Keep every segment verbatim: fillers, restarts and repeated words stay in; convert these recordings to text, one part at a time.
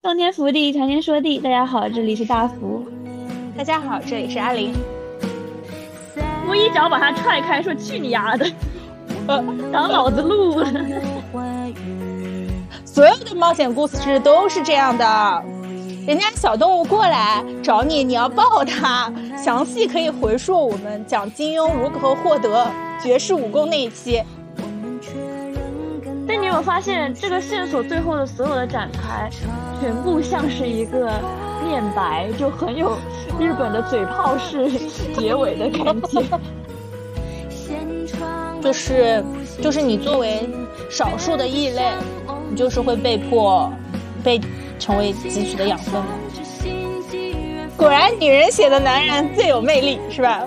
洞天福地，谈天说地。大家好，这里是大福。 大家好，这里是阿玲。 我一脚把他踹开，说去你丫的，呃，挡老子路了。 所有的冒险故事都是这样的，人家小动物过来找你，你要抱它。详细可以回溯我们讲金庸如何获得绝世武功那一期。 但你有发现，这个线索最后的所有的展开，全部像是一个念白，就很有日本的嘴炮式结尾的感觉。 就是就是你作为少数的异类，你就是会被迫被成为汲取的养分。果然女人写的男人最有魅力，是吧？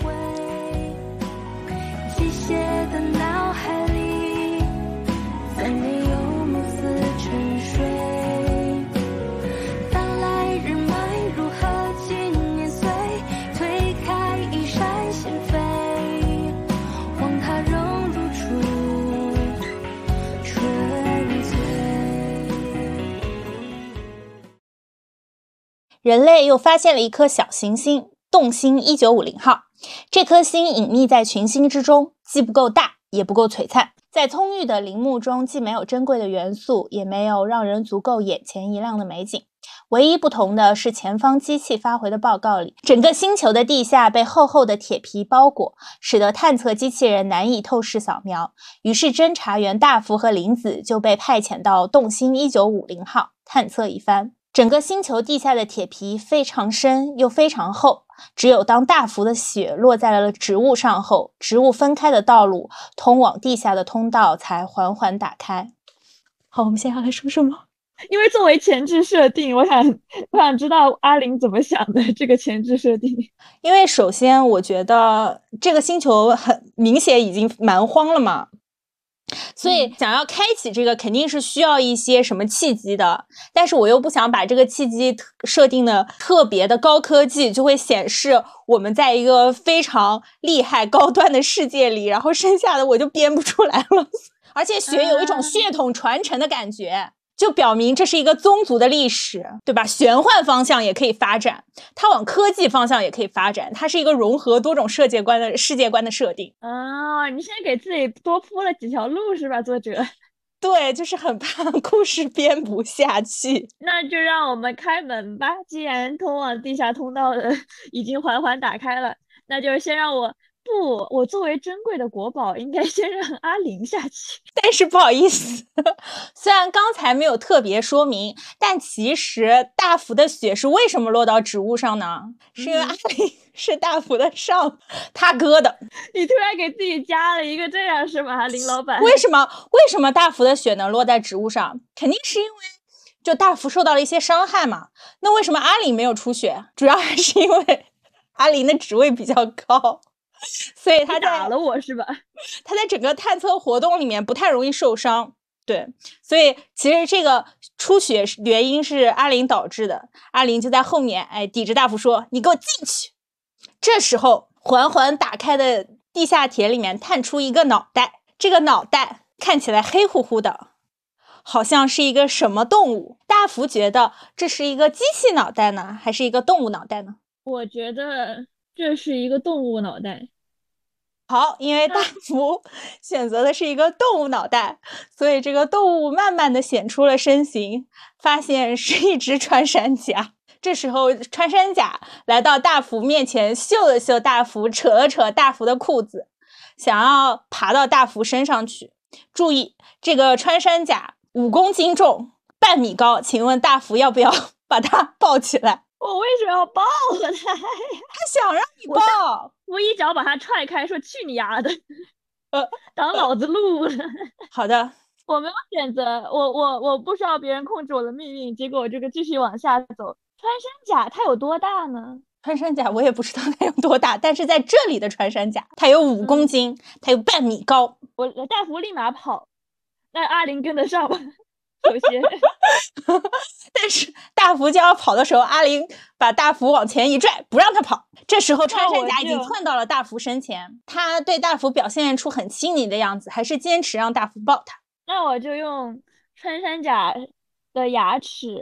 人类又发现了一颗小行星动星一九五零号，这颗星隐秘在群星之中，既不够大也不够璀璨，在葱郁的陵墓中既没有珍贵的元素，也没有让人足够眼前一亮的美景。唯一不同的是，前方机器发回的报告里，整个星球的地下被厚厚的铁皮包裹，使得探测机器人难以透视扫描。于是侦查员大福和林子就被派遣到动星一九五零号探测一番。整个星球地下的铁皮非常深又非常厚，只有当大幅的雪落在了植物上后，植物分开的道路通往地下的通道才缓缓打开。好，我们现在要来说什么？ 因为作为前置设定，我想我想知道阿玲怎么想的这个前置设定。 因为首先我觉得这个星球很明显已经蛮荒了嘛，所以想要开启这个肯定是需要一些什么契机的，但是我又不想把这个契机设定的特别的高科技，就会显示我们在一个非常厉害高端的世界里，然后剩下的我就编不出来了。而且血有一种血统传承的感觉，就表明这是一个宗族的历史，对吧？玄幻方向也可以发展，它往科技方向也可以发展，它是一个融合多种世界观的世界观的设定。 啊，你现在给自己多铺了几条路是吧，作者？ 对，就是很怕故事编不下去。 那就让我们开门吧，既然通往地下通道的已经缓缓打开了，那就先让我不，我作为珍贵的国宝，应该先让阿玲下去。 但是不好意思，虽然刚才没有特别说明，但其实大幅的雪是为什么落到植物上呢？是因为阿玲是大幅的上他哥的。 你突然给自己加了一个这样是吗，林老板？ 为什么为什么大幅的雪能落在植物上？肯定是因为就大幅受到了一些伤害嘛。那为什么阿玲没有出血？主要还是因为阿玲的职位比较高，所以他打了我是吧？ 他在整个探测活动里面不太容易受伤。对，所以其实这个出血原因是阿玲导致的。阿玲就在后面，哎，抵着大福说：“你给我进去。”这时候，缓缓打开的地下铁里面探出一个脑袋，这个脑袋看起来黑乎乎的，好像是一个什么动物。大福觉得这是一个机器脑袋呢，还是一个动物脑袋呢？ 我觉得这是一个动物脑袋。 好，因为大福选择的是一个动物脑袋，所以这个动物慢慢的显出了身形，发现是一只穿山甲。这时候穿山甲来到大福面前，嗅了嗅大福，扯了扯大福的裤子，想要爬到大福身上去。注意，这个穿山甲五公斤重，半米高，请问大福要不要把它抱起来？ 我为什么要抱他呀？ 他想让你抱。 我一脚把他踹开，说去你丫的， 呃， 挡老子路了。 好的， 我没有选择，我我我不需要别人控制我的命运，结果我这个继续往下走。穿山甲它有多大呢？ 穿山甲我也不知道它有多大，但是在这里的穿山甲它有五公斤、嗯、它有半米高。 我大福立马跑，那阿玲跟得上吗？首先但是大福就要跑的时候，阿玲把大福往前一拽，不让他跑。这时候穿山甲已经窜到了大福身前，他对大福表现出很亲昵的样子，还是坚持让大福抱他。 那我就用穿山甲的牙齿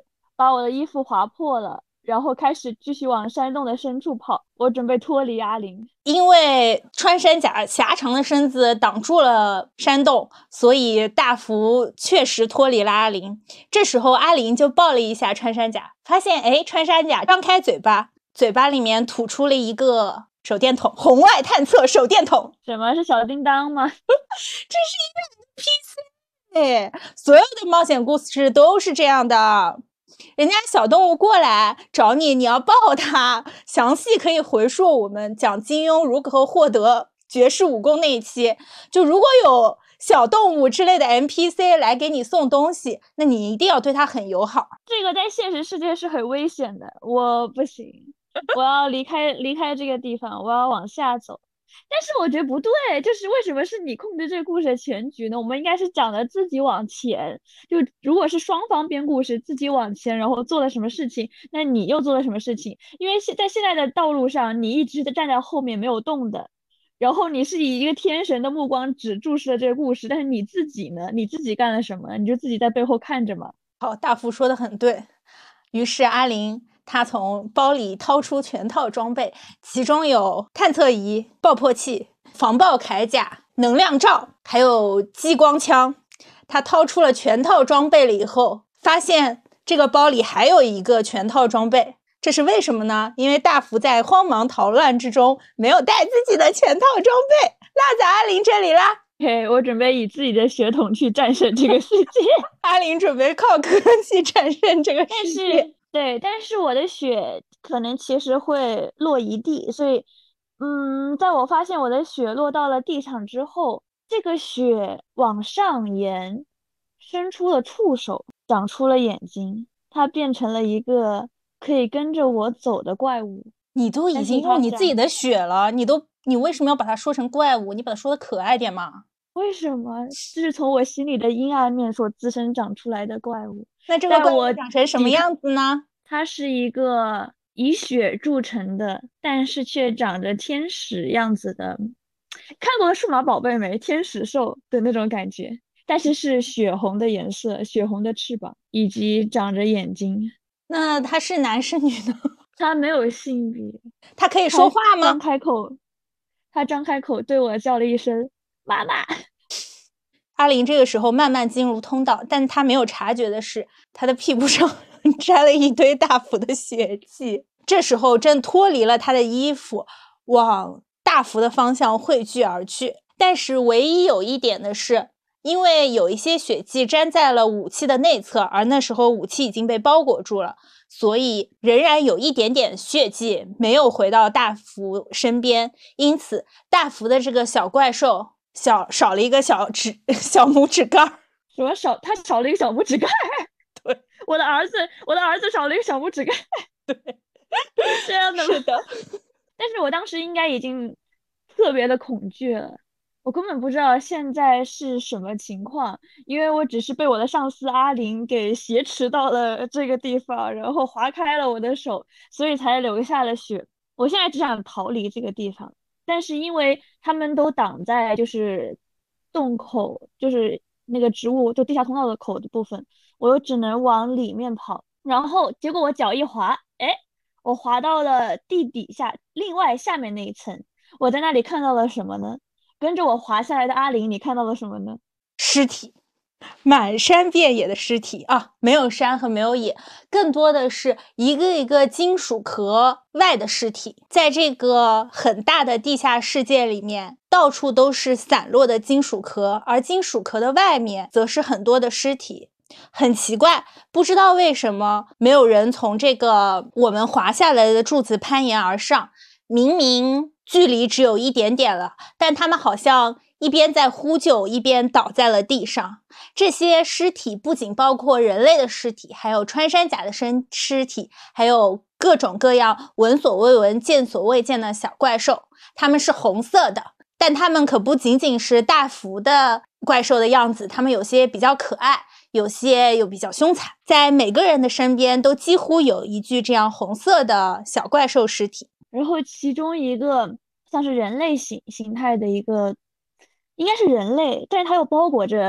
把我的衣服划破了，然后开始继续往山洞的深处跑。我准备脱离阿林， 因为穿山甲狭长的身子挡住了山洞，所以大福确实脱离了阿林。这时候阿林就抱了一下穿山甲，发现哎，穿山甲张开嘴巴，嘴巴里面吐出了一个手电筒，红外探测手电筒。 什么是小叮当吗？ 这是一个 N P C， 哎，所有的冒险故事都是这样的。人家小动物过来找你，你要抱它。详细可以回溯我们讲金庸如何获得绝世武功那一期。就如果有小动物之类的 N P C 来给你送东西，那你一定要对它很友好。 这个在现实世界是很危险的，我不行，我要离开离开这个地方，我要往下走。但是我觉得不对，就是为什么是你控制这个故事的全局呢？我们应该是讲的自己往前，就如果是双方编故事，自己往前，然后做了什么事情，那你又做了什么事情？因为现在现在的道路上，你一直在站在后面没有动的，然后你是以一个天神的目光只注视了这个故事，但是你自己呢？你自己干了什么？你就自己在背后看着嘛。 好，大福说的很对。于是阿林他从包里掏出全套装备，其中有探测仪、爆破器、防爆铠甲、能量罩，还有激光枪。他掏出了全套装备了以后，发现这个包里还有一个全套装备。这是为什么呢？因为大福在慌忙逃乱之中没有带自己的全套装备，落在阿林这里啦。 嘿，我准备以自己的血统去战胜这个世界。 阿林准备靠科技战胜这个但世界。 是，对，但是我的血可能其实会落一地，所以，嗯，在我发现我的血落到了地上之后，这个血往上延，伸出了触手，长出了眼睛，它变成了一个可以跟着我走的怪物。 你都已经用你自己的血了，你都你为什么要把它说成怪物？你把它说的可爱点嘛？ 为什么？这是从我心里的阴暗面所滋生长出来的怪物。 那这个怪物长成什么样子呢？ 它是一个以血铸成的，但是却长着天使样子的。看过数码宝贝没？天使兽的那种感觉，但是是血红的颜色，血红的翅膀，以及长着眼睛。 那它是男是女呢？ 它没有性别。 它可以说话吗？ 张开口，它张开口对我叫了一声妈妈。 阿林这个时候慢慢进入通道，但他没有察觉的是，他的屁股上沾了一堆大福的血迹。这时候正脱离了他的衣服，往大福的方向汇聚而去。但是唯一有一点的是，因为有一些血迹粘在了武器的内侧，而那时候武器已经被包裹住了，所以仍然有一点点血迹没有回到大福身边。因此大福的这个小怪兽小少了一个小指小拇指盖。 什么少？他少了一个小拇指盖？ 对， 我的儿子，我的儿子少了一个小拇指盖。 对， 这样的吗？ 是的。 但是我当时应该已经特别的恐惧了，我根本不知道现在是什么情况，因为我只是被我的上司阿林给挟持到了这个地方，然后划开了我的手，所以才留下了血。我现在只想逃离这个地方，但是因为他们都挡在就是洞口，就是那个植物就地下通道的口的部分，我又只能往里面跑。然后结果我脚一滑，哎，我滑到了地底下另外下面那一层。我在那里看到了什么呢？跟着我滑下来的阿林，你看到了什么呢？ 尸体，满山遍野的尸体啊！没有山和没有野，更多的是一个一个金属壳外的尸体。在这个很大的地下世界里面，到处都是散落的金属壳，而金属壳的外面则是很多的尸体。很奇怪，不知道为什么没有人从这个我们滑下来的柱子攀岩而上，明明距离只有一点点了，但他们好像一边在呼救，一边倒在了地上。这些尸体不仅包括人类的尸体，还有穿山甲的身尸体，还有各种各样闻所未闻、见所未见的小怪兽。它们是红色的，但它们可不仅仅是大幅的怪兽的样子，它们有些比较可爱，有些又比较凶残。在每个人的身边都几乎有一具这样红色的小怪兽尸体。 然后其中一个像是人类形形态的一个，应该是人类，但是它又包裹着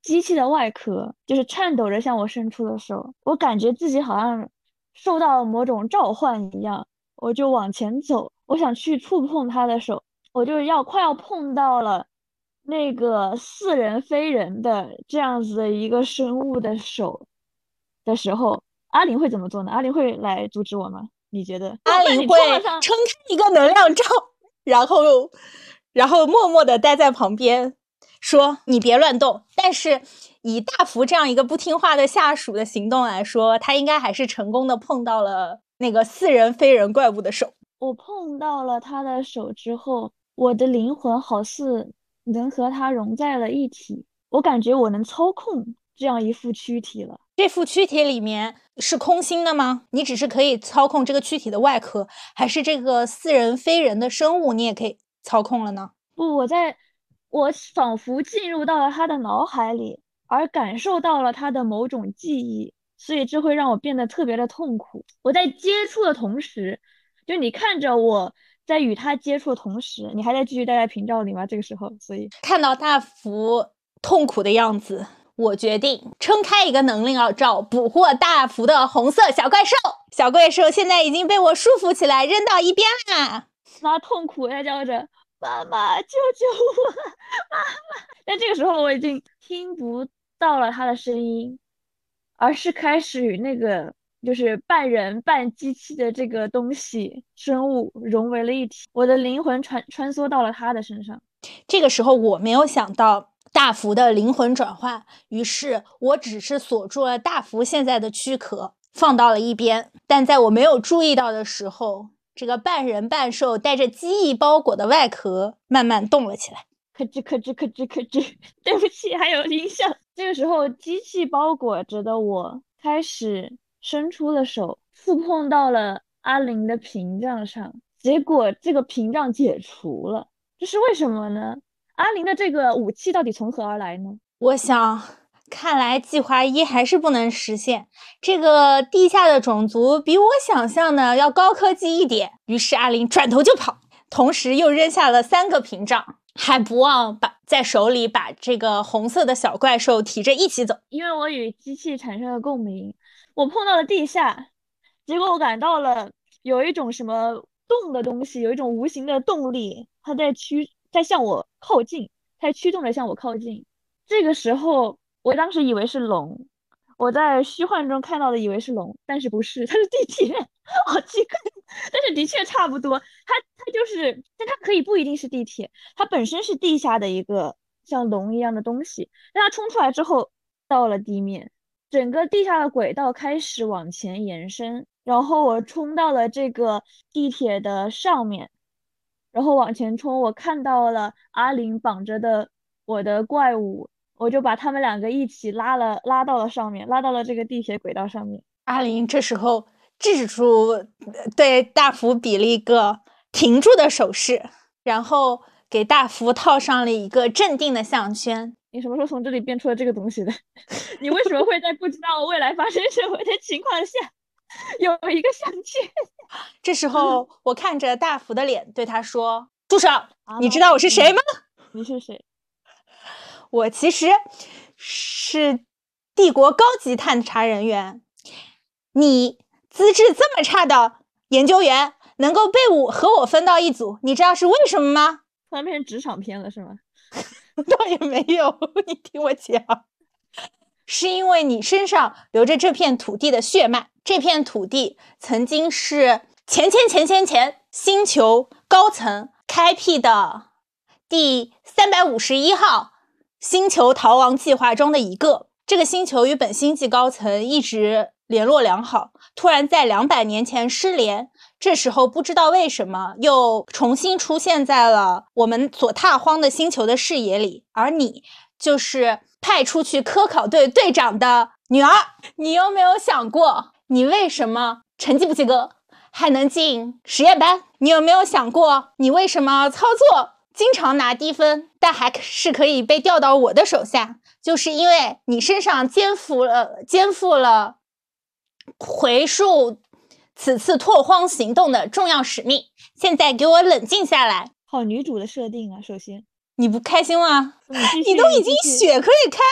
机器的外壳，就是颤抖着向我伸出的手，我感觉自己好像受到了某种召唤一样，我就往前走，我想去触碰他的手，我就要快要碰到了那个似人非人的这样子的一个生物的手的时候，阿林会怎么做呢？阿林会来阻止我吗？你觉得？ 阿林会撑开一个能量罩，然后然后默默地待在旁边说你别乱动。但是以大福这样一个不听话的下属的行动来说，他应该还是成功的碰到了那个似人非人怪物的手。 我碰到了他的手之后，我的灵魂好似能和他融在了一体，我感觉我能操控这样一副躯体了。 这副躯体里面是空心的吗？你只是可以操控这个躯体的外壳，还是这个似人非人的生物你也可以操控了呢？ 不，我在，我仿佛进入到了他的脑海里，而感受到了他的某种记忆，所以这会让我变得特别的痛苦。我在接触的同时，就你看着我在与他接触的同时，你还在继续待在屏障里吗？这个时候，所以看到大福痛苦的样子，我决定撑开一个能量罩，捕获大福的红色小怪兽。小怪兽现在已经被我束缚起来，扔到一边啦。 他痛苦地叫着妈妈救救我妈妈。但这个时候我已经听不到了他的声音，而是开始与那个就是半人半机器的这个东西生物融为了一体，我的灵魂穿穿梭到了他的身上。 这个时候我没有想到大福的灵魂转换，于是我只是锁住了大福现在的躯壳，放到了一边。但在我没有注意到的时候，这个半人半兽带着机翼包裹的外壳慢慢动了起来， 咯吱咯吱咯吱咯吱。对不起，还有音效。这个时候，机器包裹着的我开始伸出了手，触碰到了阿林的屏障上，结果这个屏障解除了，这是为什么呢？阿林的这个武器到底从何而来呢？ 我想看来计划一还是不能实现，这个地下的种族比我想象的要高科技一点。于是阿林转头就跑，同时又扔下了三个屏障，还不忘把在手里把这个红色的小怪兽提着一起走。 因为我与机器产生了共鸣，我碰到了地下，结果我感到了有一种什么动的东西，有一种无形的动力，它在驱在向我靠近，它驱动着向我靠近。这个时候我当时以为是龙，我在虚幻中看到的以为是龙，但是不是，它是地铁。好奇怪，但是的确差不多。它它就是，但它可以不一定是地铁，它本身是地下的一个像龙一样的东西，但它冲出来之后到了地面，整个地下的轨道开始往前延伸，然后我冲到了这个地铁的上面，然后往前冲，我看到了阿林绑着的我的怪物，我就把他们两个一起拉了拉到了上面，拉到了这个地铁轨道上面。 阿林这时候制住，对大福比了一个停住的手势，然后给大福套上了一个镇定的项圈。 你什么时候从这里变出了这个东西的？你为什么会在不知道未来发生什么的情况下有一个项圈？ 这时候我看着大福的脸对他说，住手，你知道我是谁吗？ 你是谁？ 我其实是帝国高级探查人员，你资质这么差的研究员能够被我和我分到一组，你知道是为什么吗？ 突然变成职场片了是吗？ 倒也没有，你听我讲，是因为你身上流着这片土地的血脉，这片土地曾经是前前前前前星球高层开辟的第三百五十一号星球逃亡计划中的一个。这个星球与本星际高层一直联络良好，突然在两百年前失联，这时候不知道为什么又重新出现在了我们所踏荒的星球的视野里，而你就是派出去科考队队长的女儿。你有没有想过，你为什么成绩不及格还能进实验班？你有没有想过，你为什么操作经常拿低分，但还是可以被调到我的手下？就是因为你身上肩负了肩负了回溯此次拓荒行动的重要使命。现在给我冷静下来。 好女主的设定啊，首先你不开心吗？ 你, 你都已经血可以开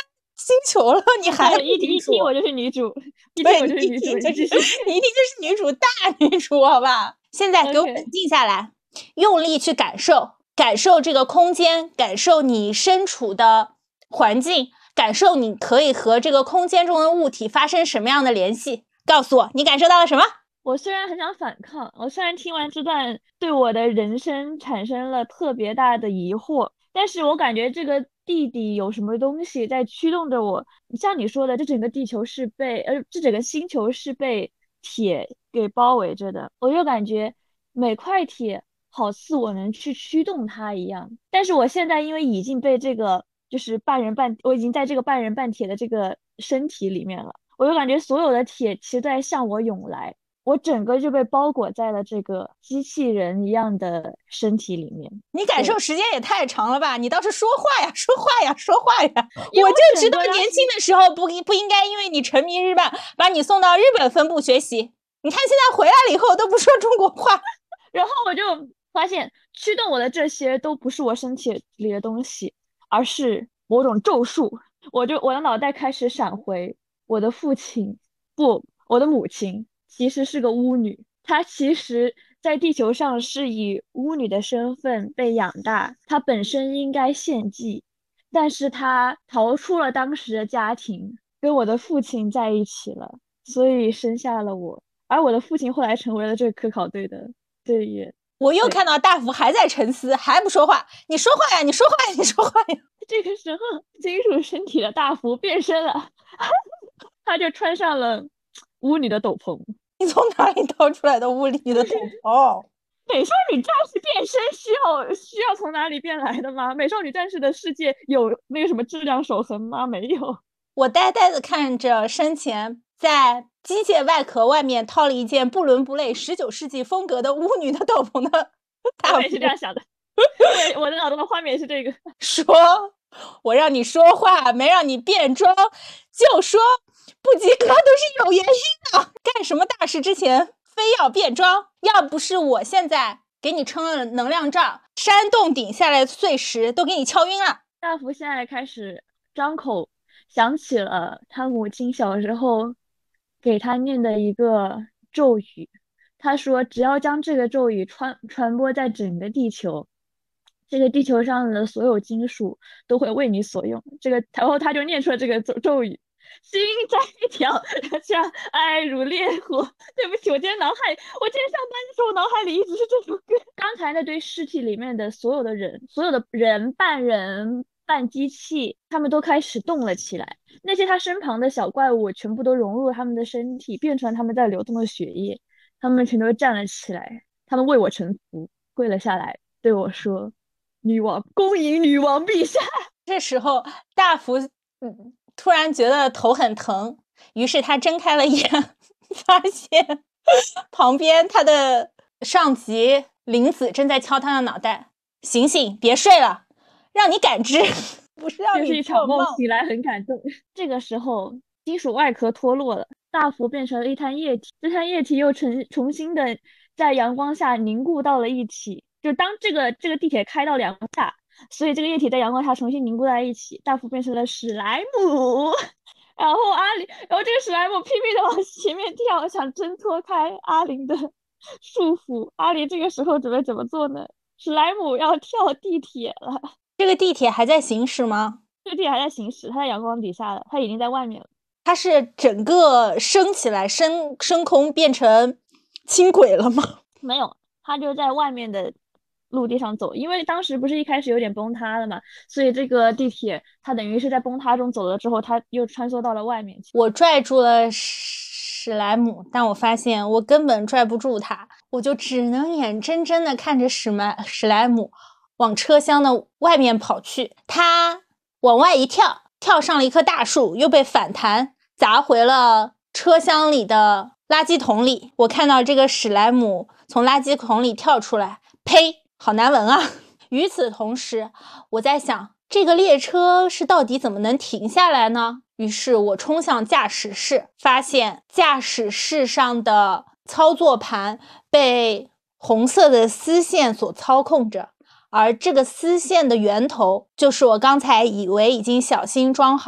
星球了，你还一提一提我就是女主，一提对， 我就是女主， 你一听就是你一听就是女主，大女主，好吧？现在给我 OK 冷静下来，用力去感受，感受这个空间，感受你身处的环境，感受你可以和这个空间中的物体发生什么样的联系。告诉我，你感受到了什么？ 我虽然很想反抗，我虽然听完这段对我的人生产生了特别大的疑惑，但是我感觉这个地底有什么东西在驱动着我。像你说的，这整个地球是被，呃，这整个星球是被铁给包围着的，我就感觉每块铁好似我能去驱动它一样。但是我现在因为已经被这个就是半人半，我已经在这个半人半铁的这个身体里面了，我就感觉所有的铁其实在向我涌来。我整个就被包裹在了这个机器人一样的身体里面。 你感受时间也太长了吧？你倒是说话呀，说话呀，说话呀！ 我就知道年轻的时候不不应该因为你沉迷日漫，把你送到日本分部学习。你看现在回来了以后都不说中国话， 然后我就发现驱动我的这些都不是我身体里的东西，而是某种咒术。我就我的脑袋开始闪回，我的父亲不，我的母亲。其实是个巫女，她其实在地球上是以巫女的身份被养大，她本身应该献祭，但是她逃出了当时的家庭，跟我的父亲在一起了，所以生下了我。而我的父亲后来成为了这个科考队的队员。 我又看到大福还在沉思，还不说话。你说话呀，你说话呀，你说话呀。 这个时候，金属身体的大福变身了，他就穿上了巫女的斗篷。 你从哪里掏出来的巫女的斗篷？ 美少女战士变身需要需要从哪里变来的吗？美少女战士的世界有那个什么质量守恒吗？没有。 我呆呆的看着身前在机械外壳外面套了一件不伦不类十九世纪风格的巫女的斗篷的大我也是这样想的，我我的脑中的画面是这个。 说，我让你说话，没让你变装，就说不及格都是有原因的。干什么大事之前非要变装？要不是我现在给你撑了能量罩，山洞顶下来的碎石都给你敲晕了。 大福现在开始张口想起了他母亲小时候给他念的一个咒语，他说只要将这个咒语传传播在整个地球，这个地球上的所有金属都会为你所用。这个，然后他就念出了这个咒咒语：心在跳，像爱如烈火。对不起，我今天脑海，我今天上班的时候脑海里一直是这首歌。刚才那堆尸体里面的所有的人，所有的人半人半机器，他们都开始动了起来。那些他身旁的小怪物全部都融入他们的身体，变成他们在流动的血液。他们全都站了起来，他们为我臣服，跪了下来，对我说：“女王，恭迎女王陛下。” 这时候，大福嗯突然觉得头很疼，于是他睁开了眼，发现旁边他的上级林子正在敲他的脑袋：“醒醒，别睡了，让你感知，不是让你做梦。” 这是一场梦，起来很感动。这个时候，金属外壳脱落了，大福变成了一滩液体，这滩液体又重重新的在阳光下凝固到了一起。就当这个这个地铁开到阳光下，所以这个液体在阳光下重新凝固在一起，大福变成了史莱姆。然后阿林，然后这个史莱姆拼命的往前面跳，想挣脱开阿林的束缚。阿林这个时候准备怎么做呢？史莱姆要跳地铁了。 这个地铁还在行驶吗？ 这个地铁还在行驶，它在阳光底下了，它已经在外面了。 它是整个升起来，升升空变成轻轨了吗？ 没有，它就在外面的陆地上走。因为当时不是一开始有点崩塌了嘛，所以这个地铁它等于是在崩塌中走了之后，它又穿梭到了外面去。 我拽住了史莱姆，但我发现我根本拽不住它，我就只能眼睁睁的看着史莱史莱姆往车厢的外面跑去。它往外一跳，跳上了一棵大树，又被反弹砸回了车厢里的垃圾桶里。我看到这个史莱姆从垃圾桶里跳出来，呸，好难闻啊！与此同时，我在想，这个列车是到底怎么能停下来呢？于是我冲向驾驶室，发现驾驶室上的操作盘被红色的丝线所操控着。而这个丝线的源头，就是我刚才以为已经小心装好，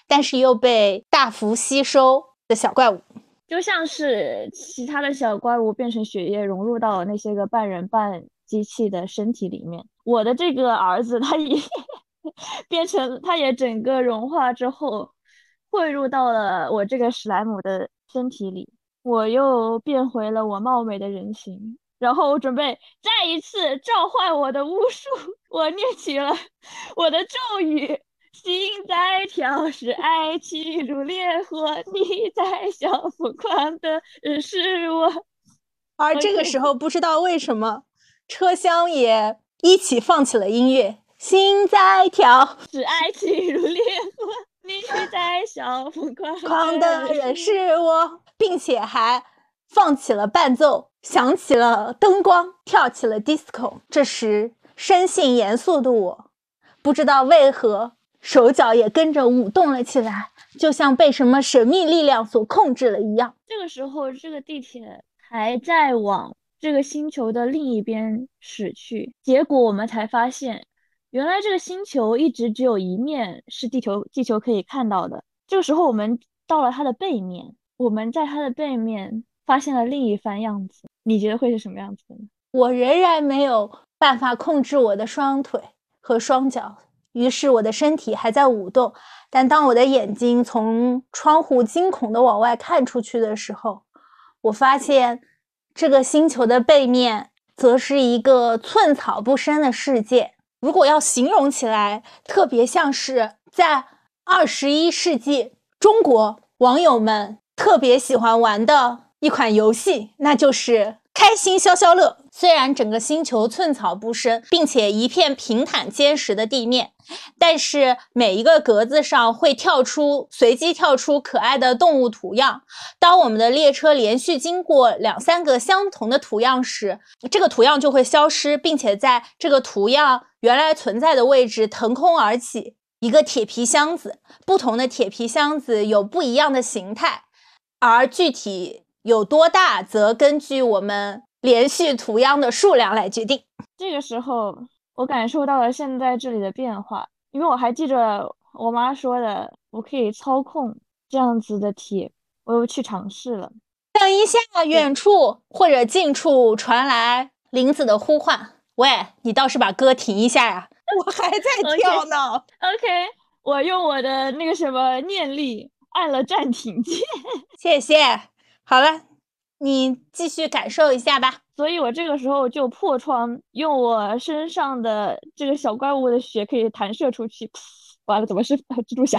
但是又被大幅吸收的小怪物。 就像是其他的小怪物变成血液融入到那些个半人半机器的身体里面，我的这个儿子他也变成，他也整个融化之后汇入到了我这个史莱姆的身体里，我又变回了我貌美的人形，然后我准备再一次召唤我的巫术，我念起了我的咒语。心在跳，是爱情如烈火，你在笑，疯狂的是我。 而这个时候，不知道为什么，车厢也一起放起了音乐，心在跳， 是爱情如烈火，你在笑，疯狂狂的人是我，并且还放起了伴奏，响起了灯光，跳起了 disco。这时，生性严肃的我，不知道为何手脚也跟着舞动了起来，就像被什么神秘力量所控制了一样。 这个时候，这个地铁还在往这个星球的另一边驶去，结果我们才发现，原来这个星球一直只有一面是地球，地球可以看到的。这个时候，我们到了它的背面，我们在它的背面发现了另一番样子。你觉得会是什么样子呢？ 我仍然没有办法控制我的双腿和双脚。于是我的身体还在舞动，但当我的眼睛从窗户惊恐地往外看出去的时候，我发现这个星球的背面则是一个寸草不生的世界。如果要形容起来，特别像是在二十一世纪中国网友们特别喜欢玩的一款游戏，那就是开心消消乐。虽然整个星球寸草不生，并且一片平坦坚实的地面，但是每一个格子上会跳出随机跳出可爱的动物图样。当我们的列车连续经过两三个相同的图样时，这个图样就会消失，并且在这个图样原来存在的位置腾空而起一个铁皮箱子。不同的铁皮箱子有不一样的形态，而具体有多大则根据我们连续图样的数量来决定。 这个时候我感受到了现在这里的变化，因为我还记着我妈说的，我可以操控这样子的铁，我又去尝试了。 等一下，远处或者近处传来林子的呼唤，喂，你倒是把歌停一下呀，我还在跳呢。 OK, okay 我用我的那个什么念力按了暂停键。 谢谢。好了，你继续感受一下吧。 所以我这个时候就破窗，用我身上的这个小怪物的血可以弹射出去。完了，怎么是蜘蛛侠？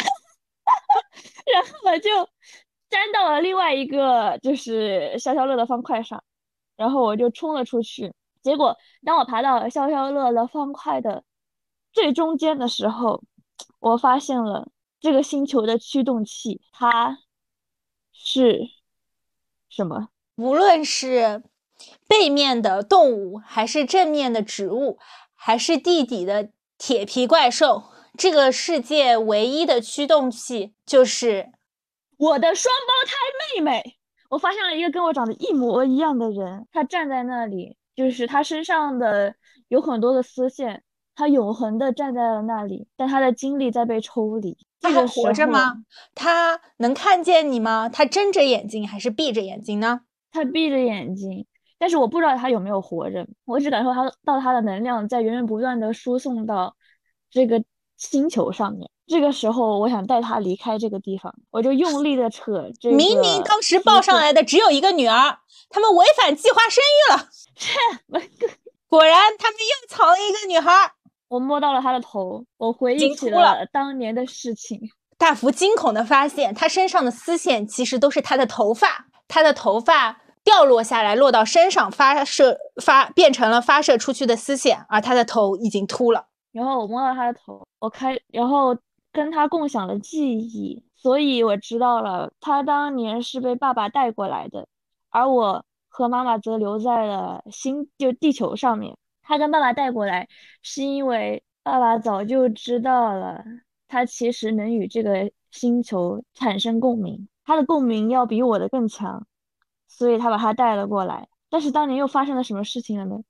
然后我就粘到了另外一个就是消消乐的方块上，然后我就冲了出去。结果当我爬到消消乐的方块的最中间的时候，我发现了这个星球的驱动器，它是什么？ 无论是背面的动物，还是正面的植物，还是地底的铁皮怪兽，这个世界唯一的驱动器就是我的双胞胎妹妹。我发现了一个跟我长得一模一样的人，他站在那里，就是他身上的有很多的丝线，他永恒的站在了那里，但他的精力在被抽离。 他还活着吗？他能看见你吗？他睁着眼睛还是闭着眼睛呢？ 他闭着眼睛，但是我不知道他有没有活着，我只感受他到他的能量在源源不断的输送到这个星球上面。这个时候我想带他离开这个地方，我就用力的扯这个。 明明当时抱上来的只有一个女儿，他们违反计划生育了。果然他们又藏了一个女孩。 我摸到了他的头，我回忆起了当年的事情。 大福惊恐地发现他身上的丝线其实都是他的头发，他的头发掉落下来落到身上，发射发变成了发射出去的丝线，而他的头已经秃了。 然后我摸到他的头，我开然后跟他共享了记忆，所以我知道了他当年是被爸爸带过来的，而我和妈妈则留在了星就地球上面。他跟爸爸带过来是因为爸爸早就知道了他其实能与这个星球产生共鸣，他的共鸣要比我的更强，所以他把他带了过来。但是当年又发生了什么事情了呢？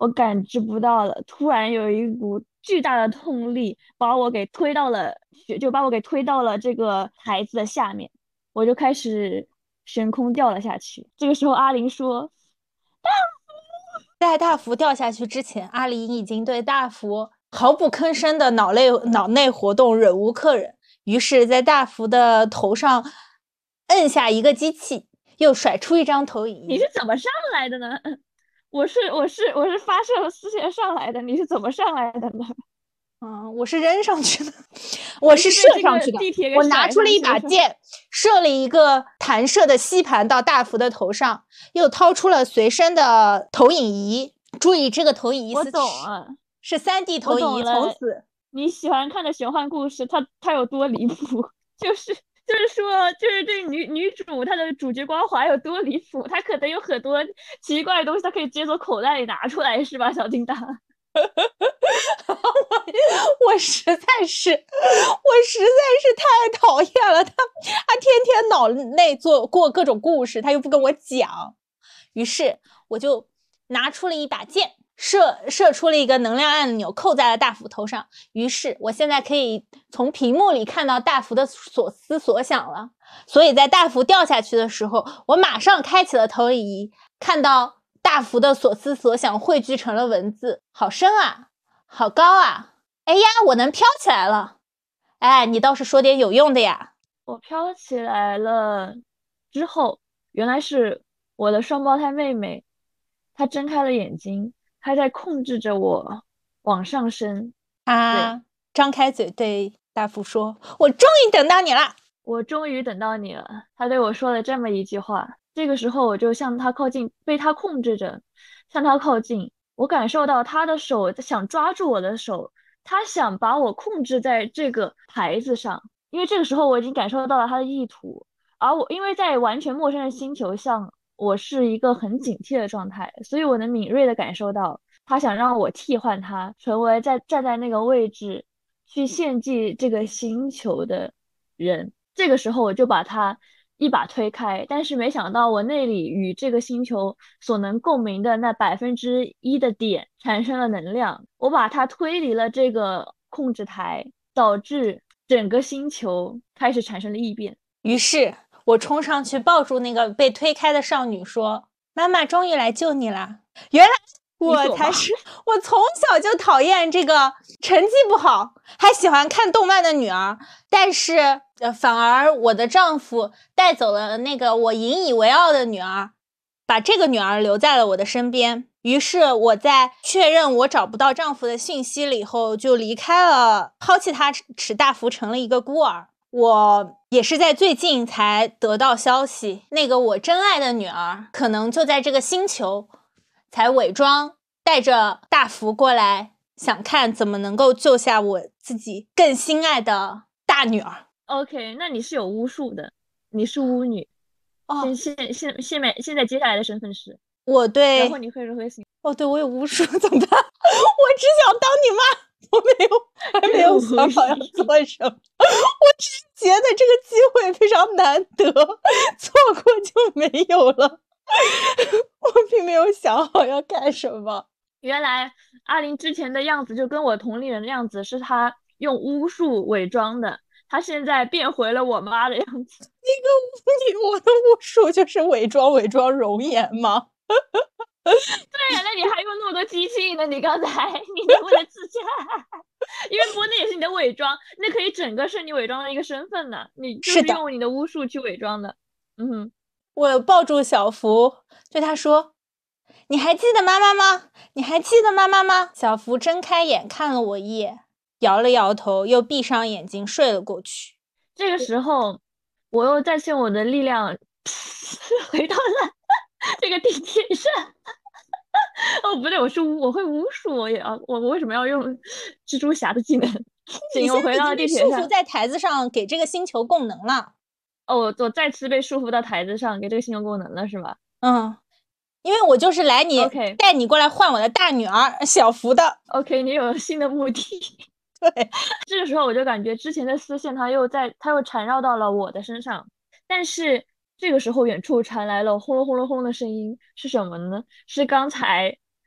我感知不到了，突然有一股巨大的痛力把我给推到了，就把我给推到了这个台子的下面，我就开始悬空掉了下去。这个时候，阿玲说： 在大福掉下去之前，阿林已经对大福毫不吭声的脑内脑内活动忍无可忍，于是，在大福的头上摁下一个机器，又甩出一张投影仪。 你是怎么上来的呢？我是我是我是发射丝线上来的，你是怎么上来的呢？ 嗯，我是扔上去的，我是射上去的。我拿出了一把剑，射了一个弹射的吸盘到大福的头上，又掏出了随身的投影仪。注意，这个投影仪我懂了， 是 三 D 投影仪。从此， 你喜欢看的玄幻故事，它它有多离谱？就是就是说，就是这女女主她的主角光环有多离谱？她可能有很多奇怪的东西，她可以直接从口袋里拿出来，是吧，小叮当？ 我我实在是，我实在是太讨厌了他，他天天脑内做过各种故事，他又不跟我讲，于是我就拿出了一把剑，射射出了一个能量按钮，扣在了大福头上。于是我现在可以从屏幕里看到大福的所思所想了。所以在大福掉下去的时候，我马上开启了投影仪，看到大福的所思所想汇聚成了文字，好深啊，好高啊！哎呀，我能飘起来了！哎，你倒是说点有用的呀！ 我飘起来了之后，原来是我的双胞胎妹妹，她睁开了眼睛，她在控制着我往上升。 她张开嘴对大福说：“我终于等到你了， 我终于等到你了。”她对我说了这么一句话。这个时候，我就向她靠近，被她控制着，向她靠近。我感受到她的手想抓住我的手，她想把我控制在这个牌子上。因为这个时候我已经感受到了她的意图，而我因为在完全陌生的星球上，我是一个很警惕的状态，所以我能敏锐的感受到她想让我替换她，成为在站在那个位置去献祭这个星球的人。这个时候我就把她一把推开，但是没想到我那里与这个星球所能共鸣的那百分之一的点产生了能量，我把它推离了这个控制台，导致整个星球开始产生了异变。 于是我冲上去抱住那个被推开的少女说：“妈妈终于来救你了。”原来我才是我从小就讨厌这个成绩不好还喜欢看动漫的女儿，但是呃，反而我的丈夫带走了那个我引以为傲的女儿，把这个女儿留在了我的身边。于是我在确认我找不到丈夫的信息了以后，就离开了，抛弃他，使大福成了一个孤儿。我也是在最近才得到消息，那个我真爱的女儿可能就在这个星球，才伪装带着大福过来，想看怎么能够救下我自己更心爱的大女儿。 OK， 那你是有巫术的，你是巫女。 哦， 现现现现在现在接下来的身份是？ 我对， 然后你会如何行？ 哦，对，我有巫术，怎么办？我只想当你妈。我没有，还没有想好要做什么。我只是觉得这个机会非常难得，错过就没有了。我并没有想好要干什么。 原来阿玲之前的样子就跟我同龄人的样子是她用巫术伪装的，她现在变回了我妈的样子。 那个我的巫术就是伪装伪装容颜吗？ 对呀，那你还用那么多机器呢？你刚才你能不能自洽？因为不过那也是你的伪装，那可以整个是你伪装的一个身份呢。你就是用你的巫术去伪装的。嗯哼， 我抱住小福，对他说：“你还记得妈妈吗？你还记得妈妈吗？”小福睁开眼看了我一眼，摇了摇头，又闭上眼睛睡了过去。 这个时候，我又再次用我的力量回到了这个地铁上。哦，不对，我是巫，我会巫术，我也要，我我为什么要用蜘蛛侠的技能？行，我回到了地铁上。 束缚在台子上，给这个星球供能了。 哦，我我再次被束缚到台子上，给这个星球供能了，是吗？ 嗯，因为我就是来你 OK 带你过来换我的大女儿小福的。 OK，你有新的目的。 对， 这个时候我就感觉之前的丝线它又在，它又缠绕到了我的身上，但是这个时候远处传来了轰隆轰隆轰隆的声音，是什么呢？是刚才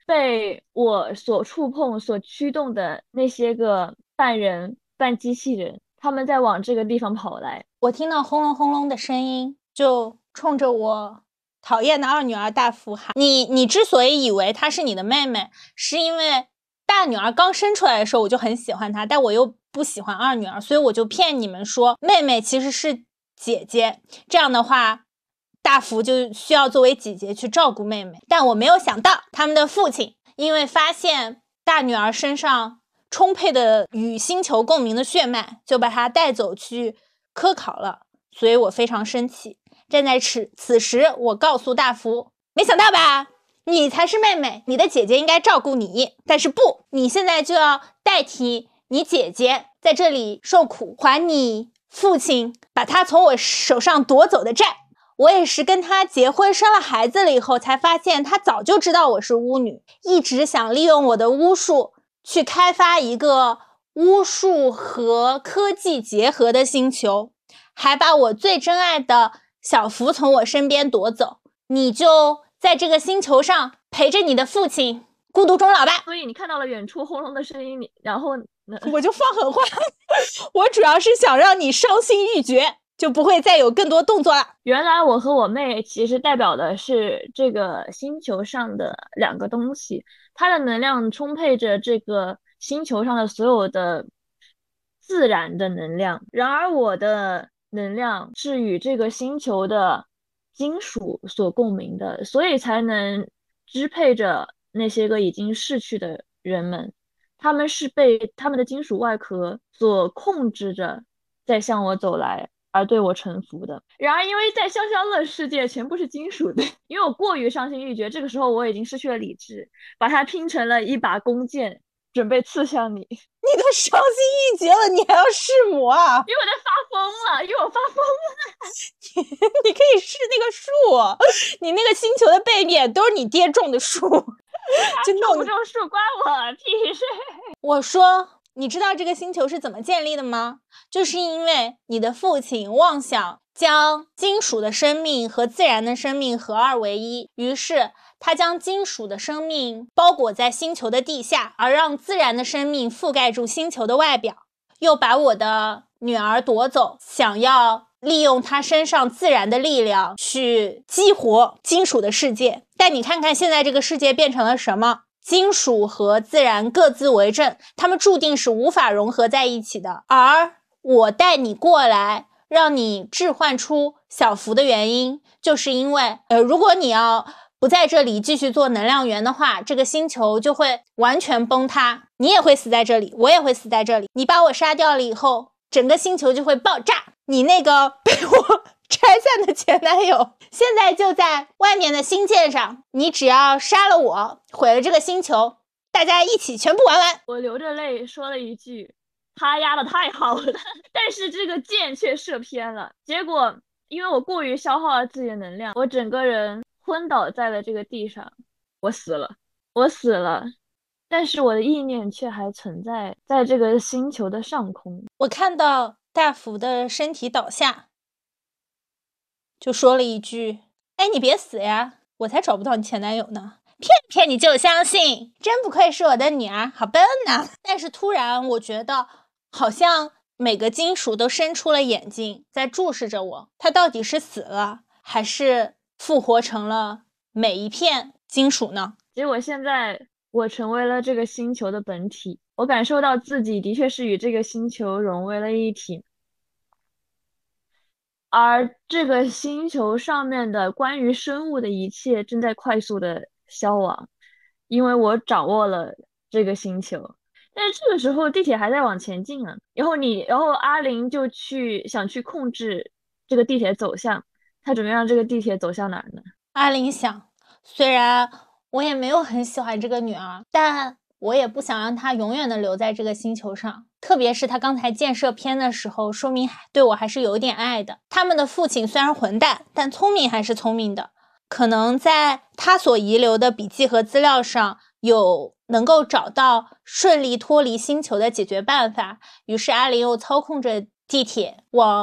被我所触碰、所驱动的那些个半人半机器人，他们在往这个地方跑来。 我听到轰隆轰隆的声音，就冲着我讨厌的二女儿大福喊：你你之所以以为她是你的妹妹，是因为大女儿刚生出来的时候我就很喜欢她，但我又不喜欢二女儿，所以我就骗你们说妹妹其实是姐姐，这样的话大福就需要作为姐姐去照顾妹妹。但我没有想到他们的父亲因为发现大女儿身上充沛的与星球共鸣的血脉，就把她带走去科考了，所以我非常生气。站在此此时，我告诉大福，没想到吧，你才是妹妹，你的姐姐应该照顾你，但是不，你现在就要代替你姐姐在这里受苦，还你父亲把她从我手上夺走的债。我也是跟他结婚生了孩子了以后才发现，他早就知道我是巫女，一直想利用我的巫术去开发一个巫术和科技结合的星球，还把我最珍爱的小福从我身边夺走。你就在这个星球上陪着你的父亲孤独终老吧。 所以你看到了远处轰隆的声音，然后我就放狠话，我主要是想让你伤心欲绝，就不会再有更多动作了。 原来我和我妹其实代表的是这个星球上的两个东西，它的能量充沛着这个星球上的所有的自然的能量，然而我的能量是与这个星球的金属所共鸣的，所以才能支配着那些个已经逝去的人们，他们是被他们的金属外壳所控制着在向我走来而对我臣服的。然而因为在消消乐世界全部是金属的，因为我过于伤心欲绝，这个时候我已经失去了理智，把它拼成了一把弓箭，准备刺向你。 你都伤心欲绝了，你还要弑母啊？ 因为我在发疯了，因为我发疯了。 你可以试那个树，你那个星球的背面都是你爹种的树，就种不种树关我屁事。 我说，你知道这个星球是怎么建立的吗？就是因为你的父亲妄想将金属的生命和自然的生命合二为一，于是他将金属的生命包裹在星球的地下，而让自然的生命覆盖住星球的外表，又把我的女儿夺走，想要利用她身上自然的力量去激活金属的世界。但你看看现在这个世界变成了什么？金属和自然各自为政，它们注定是无法融合在一起的。而我带你过来让你置换出小福的原因，就是因为呃，如果你要不在这里继续做能量源的话，这个星球就会完全崩塌，你也会死在这里，我也会死在这里。你把我杀掉了以后，整个星球就会爆炸，你那个被我拆散的前男友现在就在外面的星舰上，你只要杀了我，毁了这个星球，大家一起全部玩完。 我流着泪说了一句，他压的太好了，但是这个箭却射偏了，结果因为我过于消耗了自己的能量，我整个人昏倒在了这个地上，我死了，我死了，但是我的意念却还存在在这个星球的上空。 我看到大福的身体倒下，就说了一句，哎，你别死呀，我才找不到你前男友呢。骗骗你就相信，真不愧是我的女儿，好笨呐！但是突然我觉得好像每个金属都伸出了眼睛在注视着我，它到底是死了还是复活成了每一片金属呢？ 结果现在我成为了这个星球的本体，我感受到自己的确是与这个星球融为了一体，而这个星球上面的关于生物的一切正在快速的消亡，因为我掌握了这个星球。但是这个时候地铁还在往前进啊，然后你，然后阿玲就去想去控制这个地铁走向，她准备让这个地铁走向哪儿呢？ 阿玲想，虽然我也没有很喜欢这个女儿，但我也不想让她永远的留在这个星球上，特别是她刚才箭射偏的时候，说明对我还是有点爱的。他们的父亲虽然混蛋，但聪明还是聪明的，可能在他所遗留的笔记和资料上有能够找到顺利脱离星球的解决办法。于是阿玲又操控着地铁往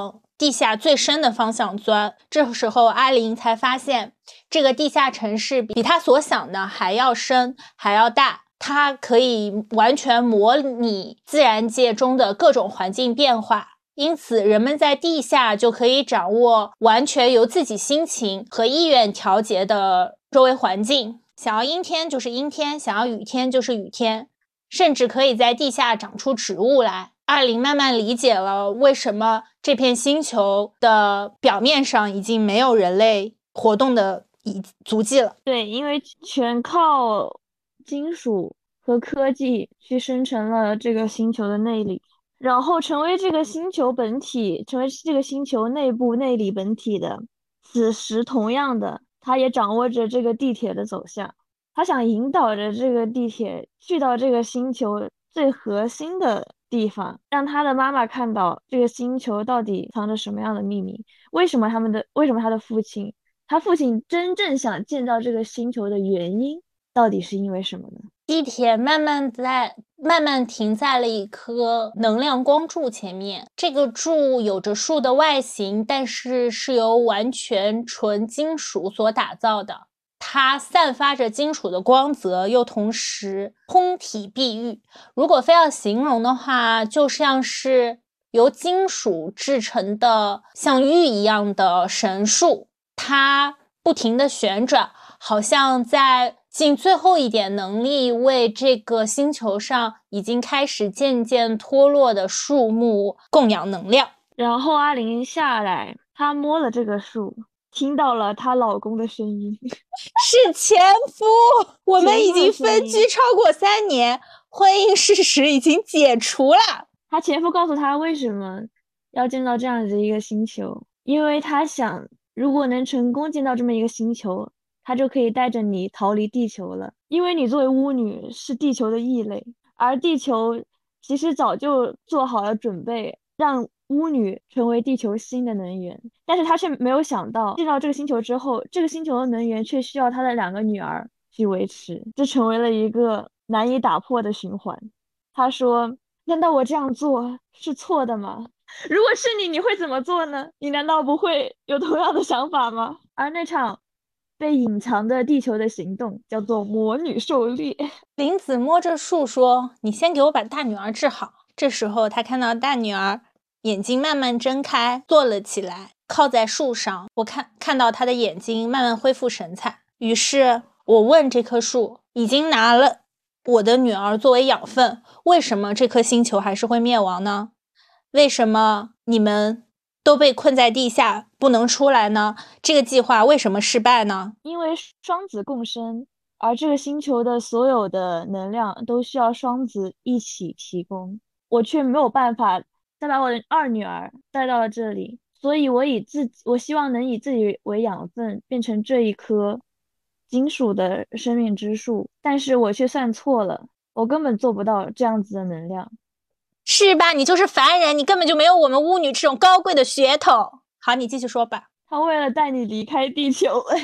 地下最深的方向钻。这时候阿林才发现，这个地下城市比他所想的还要深，还要大。它可以完全模拟自然界中的各种环境变化，因此人们在地下就可以掌握完全由自己心情和意愿调节的周围环境。想要阴天就是阴天，想要雨天就是雨天，甚至可以在地下长出植物来。阿林慢慢理解了为什么这片星球的表面上已经没有人类活动的足迹了。 对，因为全靠金属和科技去生成了这个星球的内里，然后成为这个星球本体，成为这个星球内部内里本体的。此时同样的，他也掌握着这个地铁的走向，他想引导着这个地铁去到这个星球最核心的地方，让他的妈妈看到这个星球到底藏着什么样的秘密，为什么他们的为什么他的父亲他父亲真正想见到这个星球的原因到底是因为什么呢？ 地铁慢慢在慢慢停在了一颗能量光柱前面，这个柱有着树的外形，但是是由完全纯金属所打造的，它散发着金属的光泽，又同时通体碧玉。如果非要形容的话，就像是由金属制成的像玉一样的神树，它不停地旋转，好像在尽最后一点能力为这个星球上已经开始渐渐脱落的树木供养能量。 然后阿林下来，她摸了这个树，听到了她老公的声音。 是前夫，我们已经分居超过三年，婚姻事实已经解除了。 她前夫告诉她为什么要见到这样子一个星球，因为他想如果能成功见到这么一个星球，他就可以带着你逃离地球了。因为你作为巫女是地球的异类，而地球其实早就做好了准备让巫女成为地球新的能源，但是他却没有想到进到这个星球之后，这个星球的能源却需要他的两个女儿去维持，这成为了一个难以打破的循环。他说，难道我这样做是错的吗？如果是你，你会怎么做呢？你难道不会有同样的想法吗？而那场被隐藏的地球的行动叫做魔女狩猎。 林子摸着树说，你先给我把大女儿治好。这时候他看到大女儿眼睛慢慢睁开，坐了起来，靠在树上。我看看到她的眼睛慢慢恢复神采。于是我问这棵树，已经拿了我的女儿作为养分，为什么这颗星球还是会灭亡呢？为什么你们都被困在地下不能出来呢？这个计划为什么失败呢？ 因为双子共生，而这个星球的所有的能量都需要双子一起提供，我却没有办法再把我的二女儿带到了这里，所以我以自己我希望能以自己为养分，变成这一棵金属的生命之树，但是我却算错了，我根本做不到这样子的能量。 是吧？你就是凡人，你根本就没有我们巫女这种高贵的血统。好，你继续说吧。 他为了带你离开地球， 我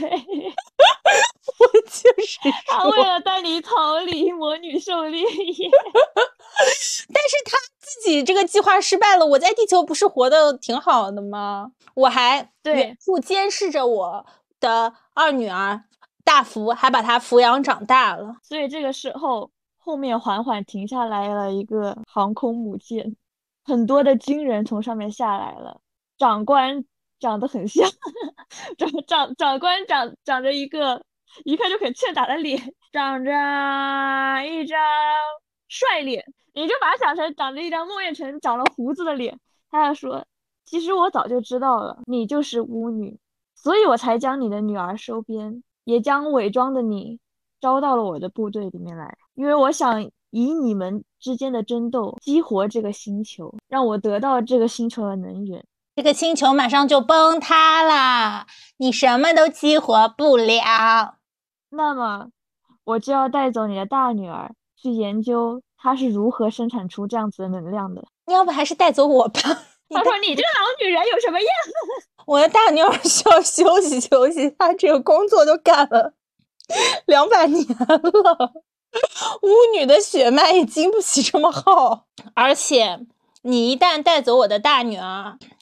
就是他为了带你逃离魔女狩猎业。 但是他自己这个计划失败了，我在地球不是活得挺好的吗？我还远处监视着我的二女儿大福，还把她抚养长大了。 所以这个时候后面缓缓停下来了一个航空母舰，很多的军人从上面下来了，长官长得很像长长长官长长着一个一看就很欠打的脸，长着一张帅脸，你就把他想成长着一张孟宴臣长了胡子的脸。他就说，其实我早就知道了，你就是巫女，所以我才将你的女儿收编，也将伪装的你招到了我的部队里面来，因为我想以你们之间的争斗激活这个星球，让我得到这个星球的能源。 这个星球马上就崩塌了，你什么都激活不了。 那么我就要带走你的大女儿去研究她是如何生产出这样子的能量的。 你要不还是带走我吧。 他说，你这个老女人有什么样？ 我的大女儿需要休息休息，她这个工作都干了两百年了，巫女的血脉也经不起这么耗。而且你一旦带走我的大女儿，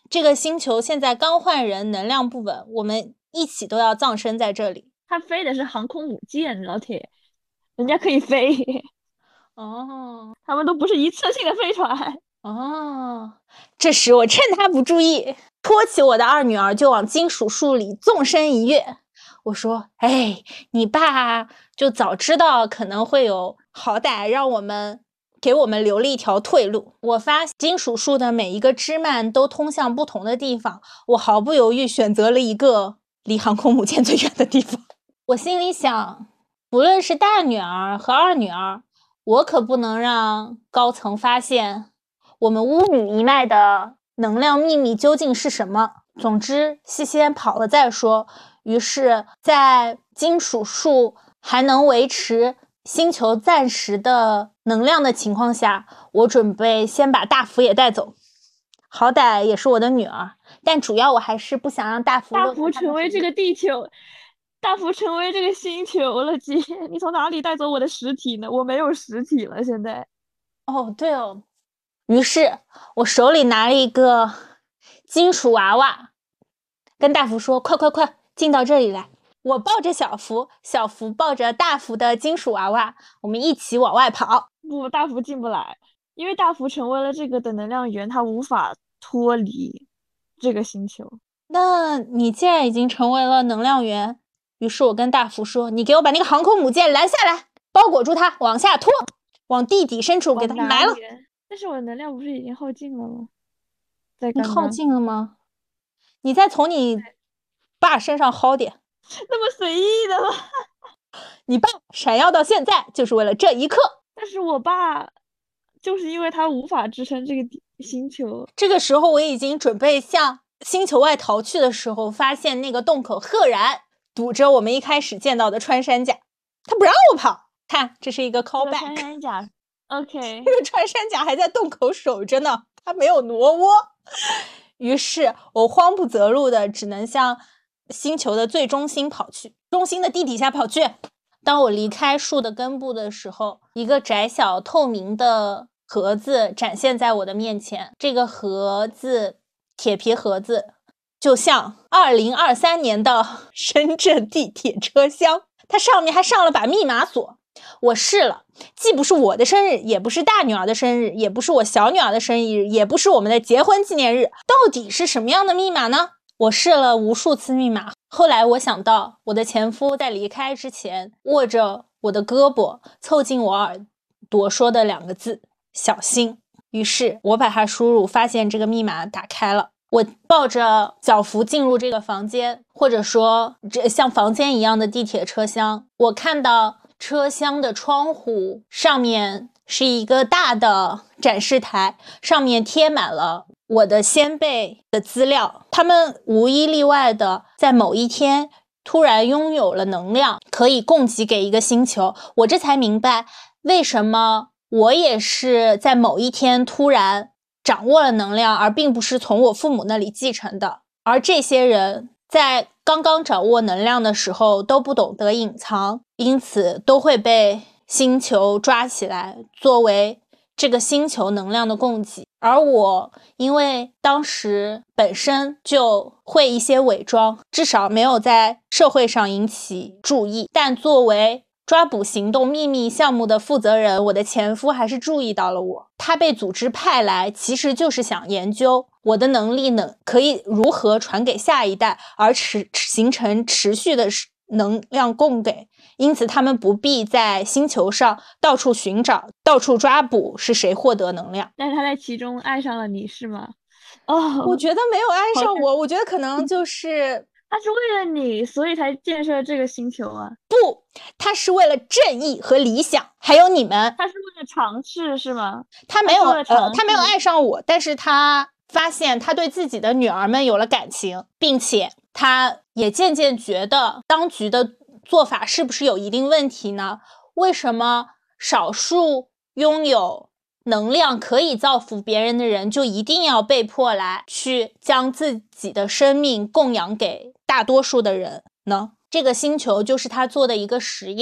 这个星球现在刚换人，能量不稳，我们一起都要葬身在这里。 他飞的是航空母舰，老铁，人家可以飞。 哦， 他们都不是一次性的飞船。 哦，这时我趁他不注意，托起我的二女儿就往金属树里纵身一跃。我说：“哎，你爸就早知道可能会有，好歹让我们给我们留了一条退路。”我发现金属树的每一个枝蔓都通向不同的地方，我毫不犹豫选择了一个离航空母舰最远的地方。我心里想，无论是大女儿和二女儿，我可不能让高层发现我们巫女一脉的能量秘密究竟是什么。总之，西先跑了再说。于是，在金属树还能维持星球暂时的能量的情况下，我准备先把大福也带走，好歹也是我的女儿。但主要我还是不想让大福大福成为这个地球，大福成为这个星球了，姐，你从哪里带走我的实体呢？我没有实体了，现在。 哦，对哦。于是我手里拿了一个金属娃娃，跟大福说：“快快快，进到这里来！”我抱着小福，小福抱着大福的金属娃娃，我们一起往外跑。 不，大福进不来，因为大福成为了这个的能量源，他无法脱离这个星球。 那你既然已经成为了能量源，于是我跟大福说：“你给我把那个航空母舰拦下来，包裹住它，往下拖，往地底深处给它埋了。” 但是我的能量不是已经耗尽了吗？在你刚刚耗尽了吗？你再从你爸身上薅点。 那么随意的吗？ 你爸闪耀到现在就是为了这一刻。 但是我爸就是因为他无法支撑这个星球。 这个时候我已经准备向星球外逃去的时候，发现那个洞口赫然堵着我们一开始见到的穿山甲，他不让我跑。看，这是一个 callback。 穿山甲 OK， 这个穿山甲还在洞口守着呢，他没有挪窝。于是我慌不择路的只能向星球的最中心跑去，中心的地底下跑去。当我离开树的根部的时候，一个窄小透明的盒子展现在我的面前。这个盒子，铁皮盒子，就像二零二三年的深圳地铁车厢，它上面还上了把密码锁。我试了，既不是我的生日，也不是大女儿的生日，也不是我小女儿的生日，也不是我们的结婚纪念日，到底是什么样的密码呢？我试了无数次密码，后来我想到我的前夫在离开之前握着我的胳膊，凑近我耳朵说的两个字：小心。于是我把它输入，发现这个密码打开了。我抱着小福进入这个房间，或者说这像房间一样的地铁车厢，我看到车厢的窗户上面是一个大的展示台，上面贴满了我的先辈的资料，他们无一例外的在某一天突然拥有了能量，可以供给给一个星球。我这才明白为什么我也是在某一天突然掌握了能量，而并不是从我父母那里继承的。而这些人在刚刚掌握能量的时候都不懂得隐藏，因此都会被星球抓起来作为这个星球能量的供给。而我因为当时本身就会一些伪装，至少没有在社会上引起注意，但作为抓捕行动秘密项目的负责人，我的前夫还是注意到了我。他被组织派来其实就是想研究我的能力呢可以如何传给下一代，而持形成持续的能量供给。因此他们不必在星球上到处寻找，到处抓捕是谁获得能量。 但是他在其中爱上了你是吗？哦， 我觉得没有爱上我，我觉得可能就是他是为了你所以才建设这个星球啊。 不，他是为了正义和理想，还有你们。 他是为了尝试是吗？ 他没有呃，他没有爱上我，但是他发现他对自己的女儿们有了感情，并且他也渐渐觉得当局的做法是不是有一定问题呢？为什么少数拥有能量可以造福别人的人就一定要被迫来去将自己的生命供养给大多数的人呢？这个星球就是他做的一个实验，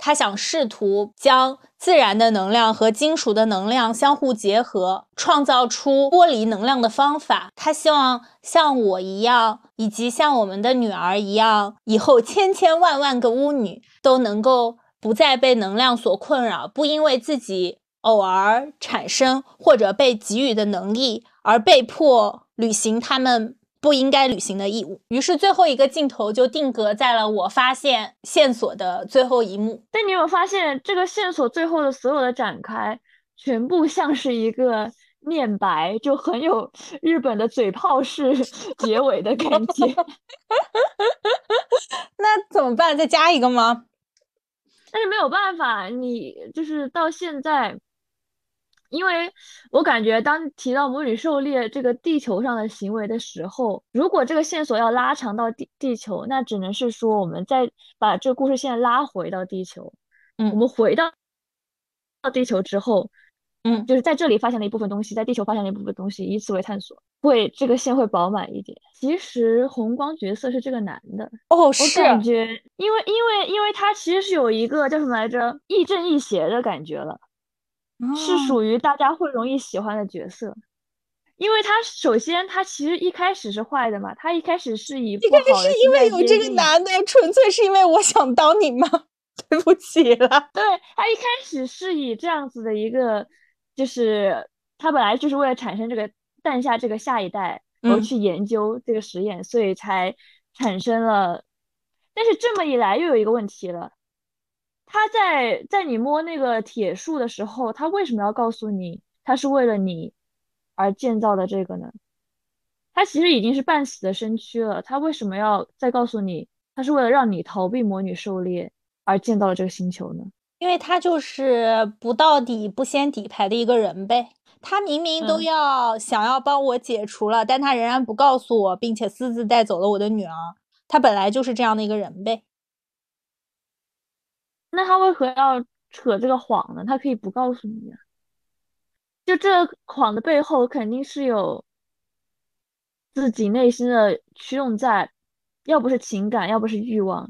他想试图将自然的能量和金属的能量相互结合，创造出剥离能量的方法。他希望像我一样，以及像我们的女儿一样，以后千千万万个巫女都能够不再被能量所困扰，不因为自己偶尔产生或者被给予的能力而被迫履行他们不应该履行的义务。于是最后一个镜头就定格在了我发现线索的最后一幕。 但你有没有发现，这个线索最后的所有的展开，全部像是一个念白，就很有日本的嘴炮式结尾的感觉。 那怎么办？再加一个吗？ 但是没有办法，你就是到现在，因为我感觉当提到魔女狩猎这个地球上的行为的时候，如果这个线索要拉长到地地球，那只能是说我们再把这个故事线拉回到地球， 嗯， 我们回到到地球之后， 嗯， 就是在这里发现了一部分东西，在地球发现了一部分东西，以此为探索，会这个线会饱满一点。其实红光角色是这个男的。 哦， 我是， 感觉，因为因为因为他其实是有一个叫什么来着，亦正亦邪的感觉了，是哦， 属于大家会容易喜欢的角色。因为他首先他其实一开始是坏的嘛，他一开始是以应该不好是因的心态为有这个接近， 男的，纯粹是因为我想当你妈，对不起了。 对，他一开始是以这样子的一个，就是他本来就是为了产生这个诞下这个下一代而嗯， 去研究这个实验，所以才产生了。但是这么一来又有一个问题了，他在在你摸那个铁树的时候，他为什么要告诉你他是为了你而建造的这个呢？他其实已经是半死的身躯了，他为什么要再告诉你他是为了让你逃避魔女狩猎而建造了这个星球呢？ 因为他就是不到底不先底牌的一个人呗。他明明都嗯， 要想要帮我解除了，但他仍然不告诉我，并且私自带走了我的女儿。他本来就是这样的一个人呗。 那他为何要扯这个谎呢？他可以不告诉你啊。就这谎的背后肯定是有自己内心的驱动在，要不是情感，要不是欲望。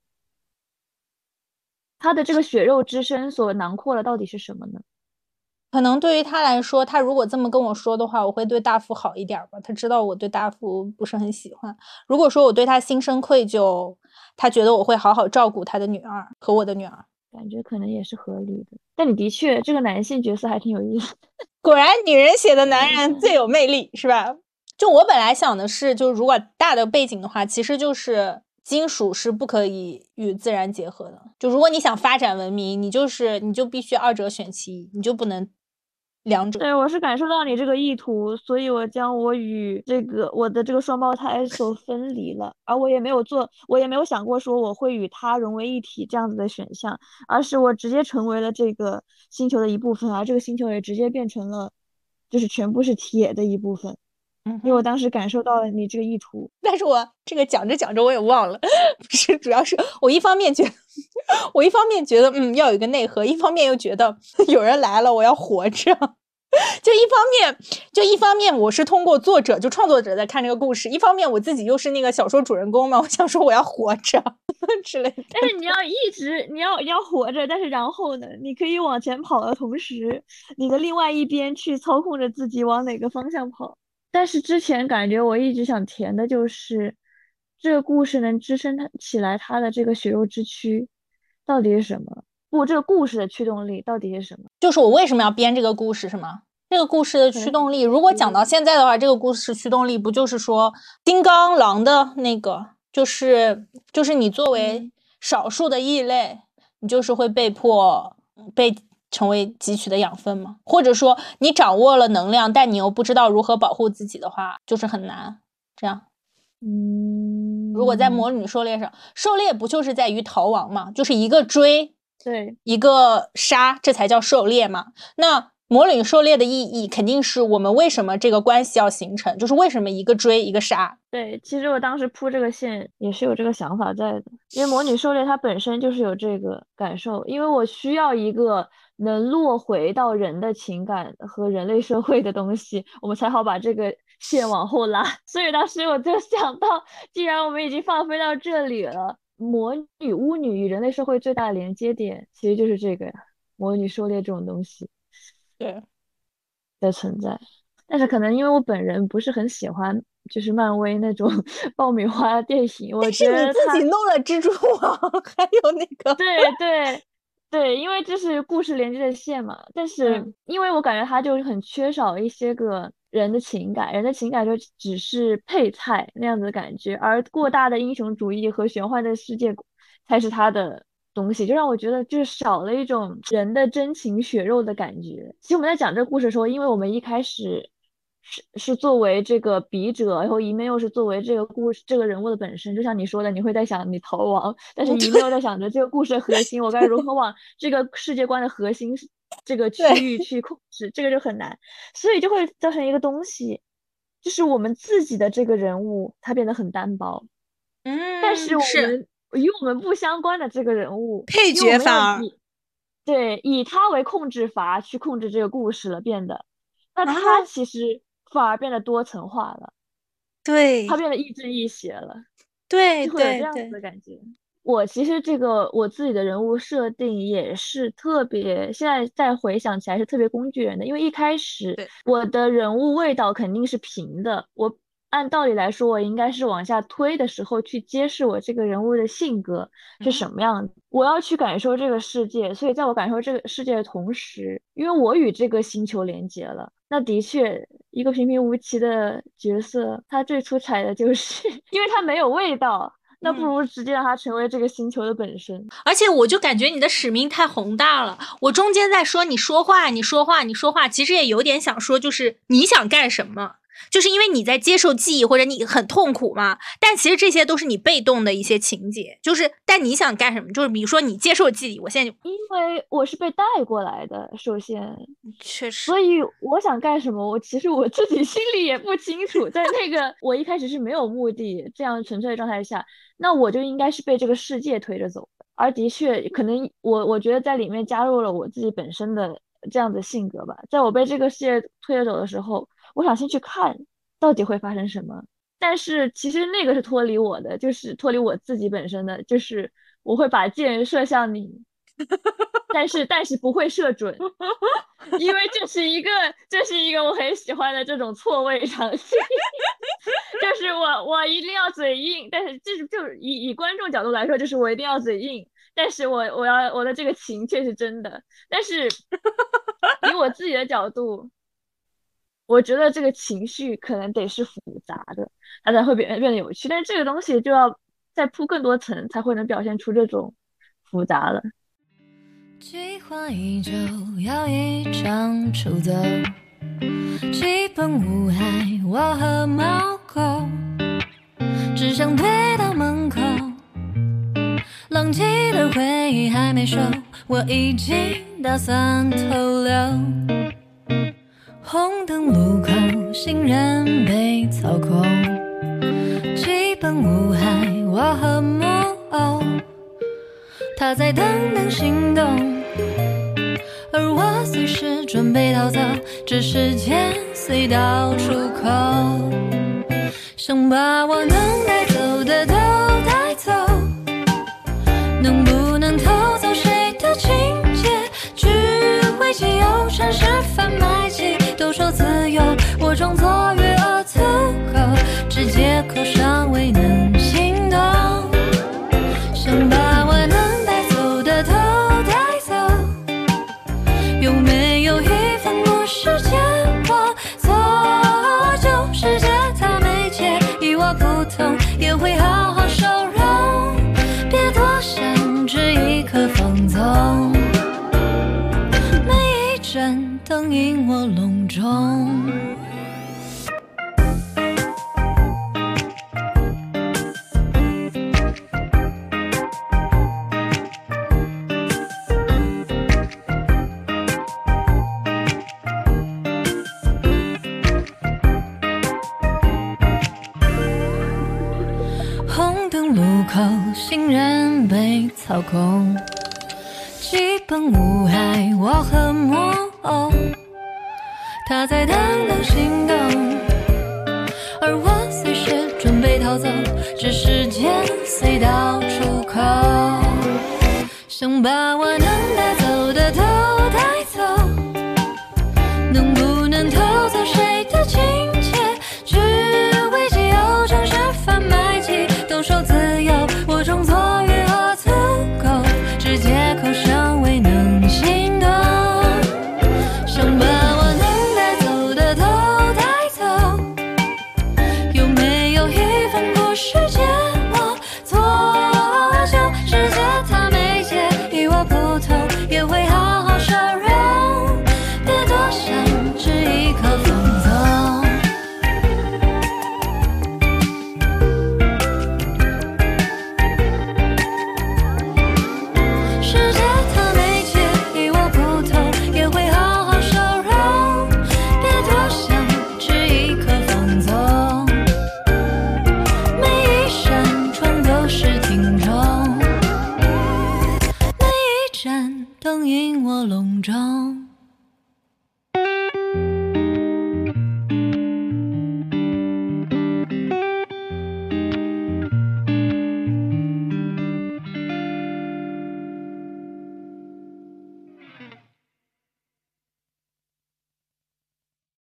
他的这个血肉之身所囊括的到底是什么呢？ 可能对于他来说，他如果这么跟我说的话，我会对大夫好一点吧。他知道我对大夫不是很喜欢。如果说我对他心生愧疚，他觉得我会好好照顾他的女儿和我的女儿。 感觉可能也是合理的。但你的确这个男性角色还挺有意思的。 果然，女人写的男人最有魅力，是吧？就我本来想的是，就如果大的背景的话，其实就是金属是不可以与自然结合的。就如果你想发展文明，你就是你就必须二者选其一，你就不能两者。 对，我是感受到你这个意图，所以我将我与这个我的这个双胞胎所分离了，而我也没有做，我也没有想过说我会与他融为一体这样子的选项，而是我直接成为了这个星球的一部分，而这个星球也直接变成了就是全部是铁的一部分， 嗯哼， 因为我当时感受到了你这个意图。 但是我这个讲着讲着我也忘了，不是，主要是我一方面觉得，我一方面觉得嗯要有一个内核，一方面又觉得有人来了，我要活着。就一方面，就一方面，我是通过作者就创作者在看这个故事；一方面，我自己又是那个小说主人公嘛，我想说我要活着之类的。 但是你要一直你要你要活着，但是然后呢，你可以往前跑的同时，你的另外一边去操控着自己往哪个方向跑。但是之前感觉我一直想填的就是这个故事能支撑它起来，它的这个血肉之躯到底是什么？不，这个故事的驱动力到底是什么？ 就是我为什么要编这个故事，是吗？这个故事的驱动力，如果讲到现在的话，这个故事驱动力不就是说金刚狼的那个，就是就是你作为少数的异类，你就是会被迫被成为汲取的养分吗？或者说你掌握了能量，但你又不知道如何保护自己的话，就是很难。这样， 嗯， 如果在魔女狩猎上，狩猎不就是在于逃亡嘛？就是一个追， 对， 一个杀，这才叫狩猎嘛。那魔女狩猎的意义肯定是我们为什么这个关系要形成，就是为什么一个追一个杀。 对，其实我当时铺这个线也是有这个想法在的，因为模拟狩猎它本身就是有这个感受，因为我需要一个能落回到人的情感和人类社会的东西，我们才好把这个线往后拉。所以当时我就想到，既然我们已经放飞到这里了， 魔女、巫女与人类社会最大的连接点，其实就是这个呀，魔女狩猎这种东西对， 的存在。但是可能因为我本人不是很喜欢，就是漫威那种爆米花电影，我觉是你自己得它弄了蜘蛛网，还有那个， 对对对，因为这是故事连接的线嘛。但是嗯， 因为我感觉它就是很缺少一些个人的情感，人的情感就只是配菜那样子的感觉，而过大的英雄主义和玄幻的世界才是它的东西，就让我觉得就是少了一种人的真情血肉的感觉。其实我们在讲这个故事的时候，因为我们一开始是是作为这个笔者，然后一面又是作为这个故事这个人物的本身，就像你说的，你会在想你逃亡，但是嗯， 一面又在想着这个故事的核心，我该如何往这个世界观的核心这个区对， 域去控制，这个就很难，所以就会造成一个东西，就是我们自己的这个人物他变得很单薄，但是嗯，是我们与我们不相关的这个人物， 配因为我们要角反而以对以他为控制阀去控制这个故事了，变得，那啊， 他其实反而变得多层化了，他对变得亦正亦邪了。 对就会有这样子对对的感觉。我其实这个我自己的人物设定也是特别，现在再回想起来是特别工具人的，因为一开始对， 我的人物味道肯定是平的，我按道理来说我应该是往下推的时候去揭示我这个人物的性格是嗯什么样的，我要去感受这个世界，所以在我感受这个世界的同时，因为我与这个星球连接了。那的确，一个平平无奇的角色，他最出彩的就是因为他没有味道，那不嗯。 如直接让他成为这个星球的本身。 而且我就感觉你的使命太宏大了。我中间在说你说话，你说话，你说话，其实也有点想说，就是你想干什么？就是因为你在接受记忆，或者你很痛苦嘛。但其实这些都是你被动的一些情节，就是但你想干什么？就是比如说你接受记忆，我现在就因为我是被带过来的，首先， 确实所以我想干什么，我其实我自己心里也不清楚。在那个我一开始是没有目的这样纯粹的状态下，那我就应该是被这个世界推着走的。而的确，可能我我觉得在里面加入了我自己本身的这样的性格吧。在我被这个世界推着走的时候，我想先去看到底会发生什么。但是其实那个是脱离我的，就是脱离我自己本身的，就是我会把箭射向你，但是但是不会射准，因为这是一个这是一个我很喜欢的这种错位场景，就是我我一定要嘴硬，但是就是就是以以观众角度来说，就是我一定要嘴硬，但是我我要我的这个情却是真的，但是以我自己的角度，我觉得这个情绪可能得是复杂的，它才会变变得有趣，但是这个东西就要再铺更多层，才会能表现出这种复杂了。 计划已久，要一场出走，基本无害，我和猫狗只想推到门口，浪迹的回忆还没收，我已经打算偷溜。红灯路口，行人被操控，基本无害，我和木偶他在等等行动，而我随时准备逃走，这时间隧道出口，想把我能带走的都带走，能不能偷走谁的情节？聚会机有城市贩卖机，都说自由，我装作悦耳足够，只借口尚未能行动，想把我能有没有一份故事借我做旧世界它没解，与我不同也会好好收容，别多想，只一刻放纵，每一盏灯引我笼中。行人被操控，基本无害，我和木偶他在等等行动，而我随时准备逃走，这时间隧道出口，想把我能带走的都带走，能不能偷走谁的情